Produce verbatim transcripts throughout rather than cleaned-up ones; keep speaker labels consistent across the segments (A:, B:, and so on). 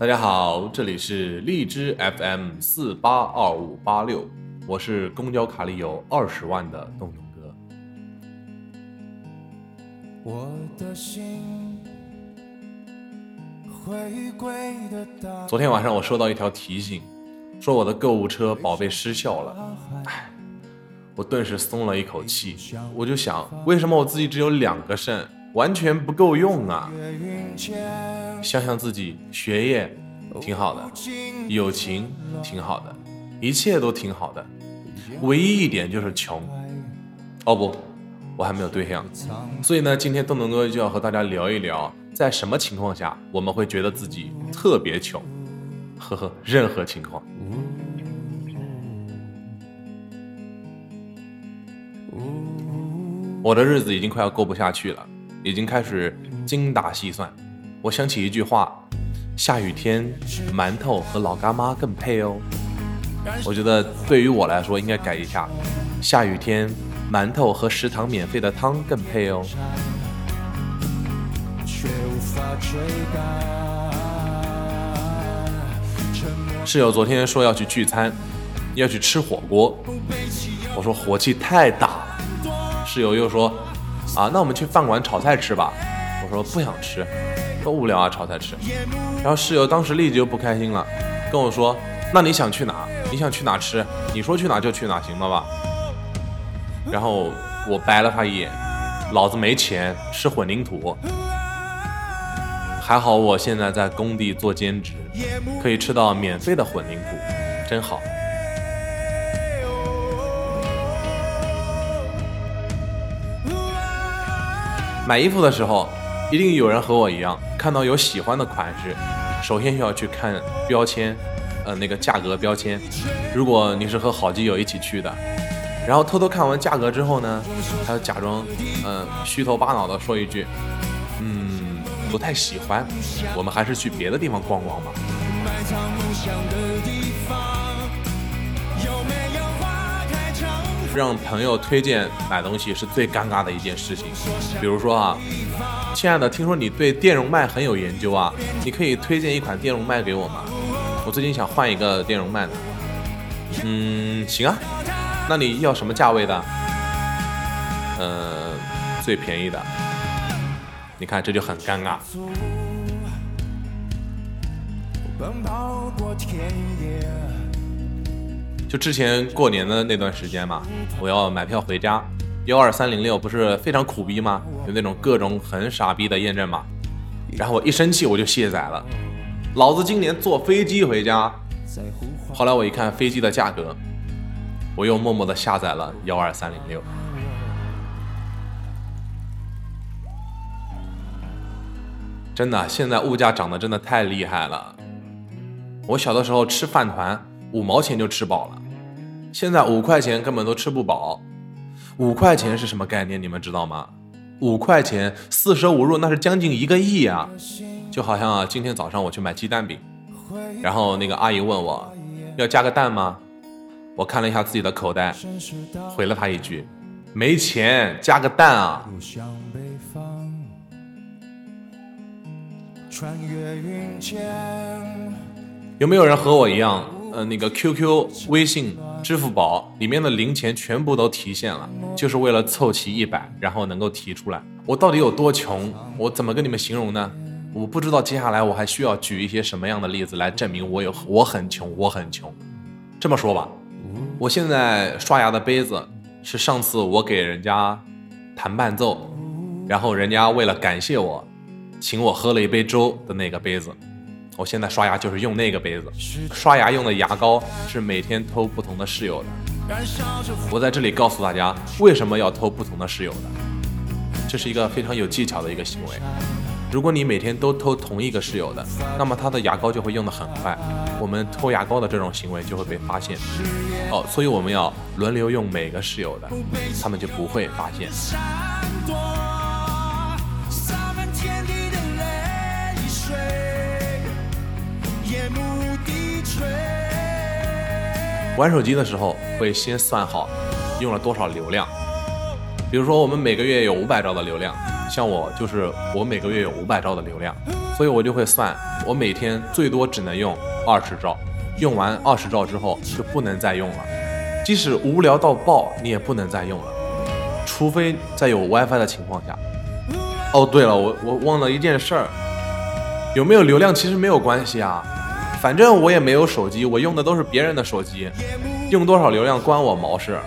A: 大家好，这里是荔枝 F M 四八二五八六，我是公交卡里有二十万的东东哥。我的心回归的大昨天晚上我收到一条提醒，说我的购物车宝贝失效了。唉，我顿时松了一口气，我就想，为什么我自己只有两个肾，完全不够用啊？想想自己学业挺好的，友情挺好的，一切都挺好的，唯一一点就是穷。哦不，我还没有对象。所以呢，今天东东哥就要和大家聊一聊，在什么情况下我们会觉得自己特别穷。呵呵，任何情况。我的日子已经快要过不下去了，已经开始精打细算。我想起一句话，下雨天馒头和老干妈更配哦。我觉得对于我来说应该改一下，下雨天馒头和食堂免费的汤更配哦。室友昨天说要去聚餐，要去吃火锅，我说火气太大了。室友又说啊，那我们去饭馆炒菜吃吧。我说不想吃，多无聊啊，炒菜吃。然后室友当时立即就不开心了，跟我说，那你想去哪？你想去哪吃？你说去哪就去哪，行了吧？然后我白了他一眼，老子没钱吃混凝土。还好我现在在工地做兼职，可以吃到免费的混凝土，真好。买衣服的时候，一定有人和我一样，看到有喜欢的款式，首先要去看标签，呃，那个价格标签。如果你是和好基友一起去的，然后偷偷看完价格之后呢，还要假装，嗯、呃，虚头巴脑的说一句，嗯，不太喜欢，我们还是去别的地方逛逛吧。让朋友推荐买东西是最尴尬的一件事情。比如说啊，亲爱的，听说你对电容麦很有研究啊，你可以推荐一款电容麦给我吗？我最近想换一个电容麦呢。嗯，行啊，那你要什么价位的？呃，最便宜的。你看这就很尴尬。就之前过年的那段时间嘛，我要买票回家，幺二三零六不是非常苦逼吗？有那种各种很傻逼的验证码，然后我一生气我就卸载了，老子今年坐飞机回家。后来我一看飞机的价格，我又默默的下载了幺二三零六。真的，现在物价涨得真的太厉害了。我小的时候吃饭团五毛钱就吃饱了，现在五块钱根本都吃不饱。五块钱是什么概念？你们知道吗？五块钱四舍五入那是将近一个亿啊！就好像啊，今天早上我去买鸡蛋饼，然后那个阿姨问我要加个蛋吗？我看了一下自己的口袋，回了她一句：没钱，加个蛋啊！有没有人和我一样？呃，那个 Q Q、微信、支付宝里面的零钱全部都提现了，就是为了凑齐一百，然后能够提出来。我到底有多穷？我怎么跟你们形容呢？我不知道接下来我还需要举一些什么样的例子来证明我有我很穷，我很穷。这么说吧，我现在刷牙的杯子是上次我给人家弹伴奏，然后人家为了感谢我，请我喝了一杯粥的那个杯子。我现在刷牙就是用那个杯子，刷牙用的牙膏是每天偷不同的室友的。我在这里告诉大家，为什么要偷不同的室友的，这是一个非常有技巧的一个行为。如果你每天都偷同一个室友的，那么他的牙膏就会用得很快，我们偷牙膏的这种行为就会被发现。哦，所以我们要轮流用每个室友的，他们就不会发现。玩手机的时候会先算好用了多少流量，比如说我们每个月有五百兆的流量，像我就是我每个月有五百兆的流量， 所以我就会算，我每天最多只能用二十兆，用完二十兆之后就不能再用了，即使无聊到爆，你也不能再用了，除非在有 WiFi 的情况下。哦，对了，我我忘了一件事儿，有没有流量其实没有关系啊，反正我也没有手机，我用的都是别人的手机，用多少流量关我毛事。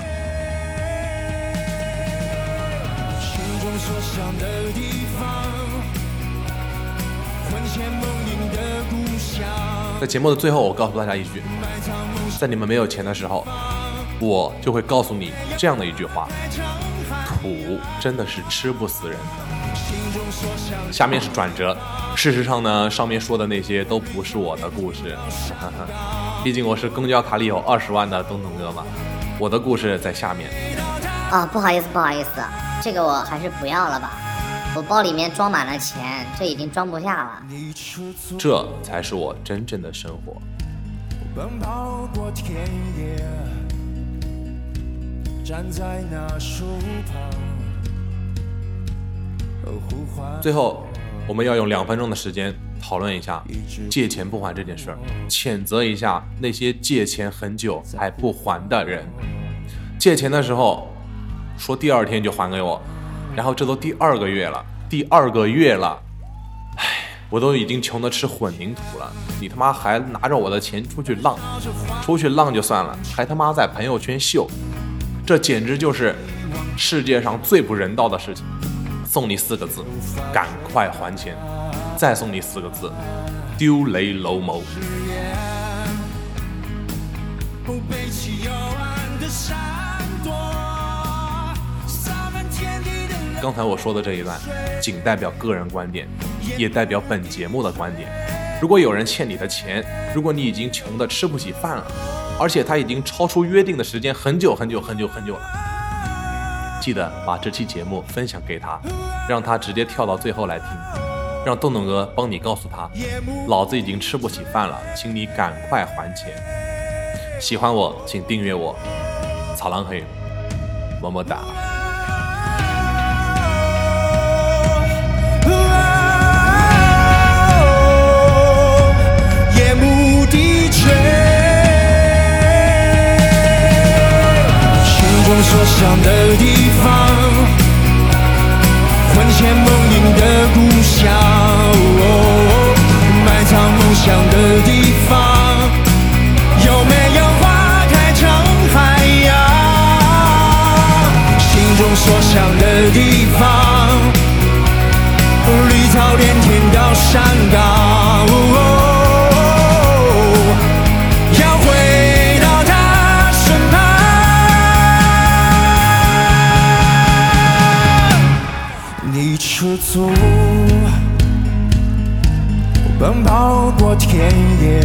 A: 在节目的最后，我告诉大家一句，在你们没有钱的时候，我就会告诉你这样的一句话：土真的是吃不死人的。下面是转折，事实上呢，上面说的那些都不是我的故事，毕竟我是公交卡里有二十万的东东哥嘛，我的故事在下面。
B: 啊，不好意思，不好意思，这个我还是不要了吧，我包里面装满了钱，这已经装不下了。
A: 这才是我真正的生活。
C: 奔跑过田野，站在那树旁。
A: 最后，我们要用两分钟的时间讨论一下借钱不还这件事儿，谴责一下那些借钱很久还不还的人。借钱的时候说第二天就还给我，然后这都第二个月了，第二个月了，唉，我都已经穷得吃混凝土了，你他妈还拿着我的钱出去浪，出去浪就算了，还他妈在朋友圈秀，这简直就是世界上最不人道的事情。送你四个字，赶快还钱，再送你四个字，丢雷楼谋。刚才我说的这一段仅代表个人观点，也代表本节目的观点。如果有人欠你的钱，如果你已经穷得吃不起饭了，而且他已经超出约定的时间很久很久很久很久了，记得把这期节目分享给他，让他直接跳到最后来听，让洞洞哥帮你告诉他，老子已经吃不起饭了，请你赶快还钱。喜欢我请订阅我，草狼黑，么么哒。
C: 夜幕低垂，心中所想的地方，魂牵梦萦的故乡，哦，埋藏梦想的地方，有没有花开成海洋？心中所想的地方，绿草连天到山岗，哦，要回到他身旁。你赤足奔跑过田野，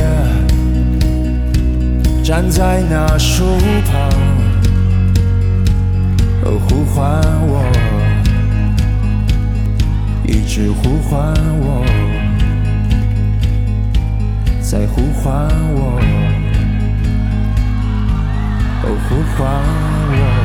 C: 站在那树旁，呼唤我，一直呼唤我，在呼唤我，呼唤我。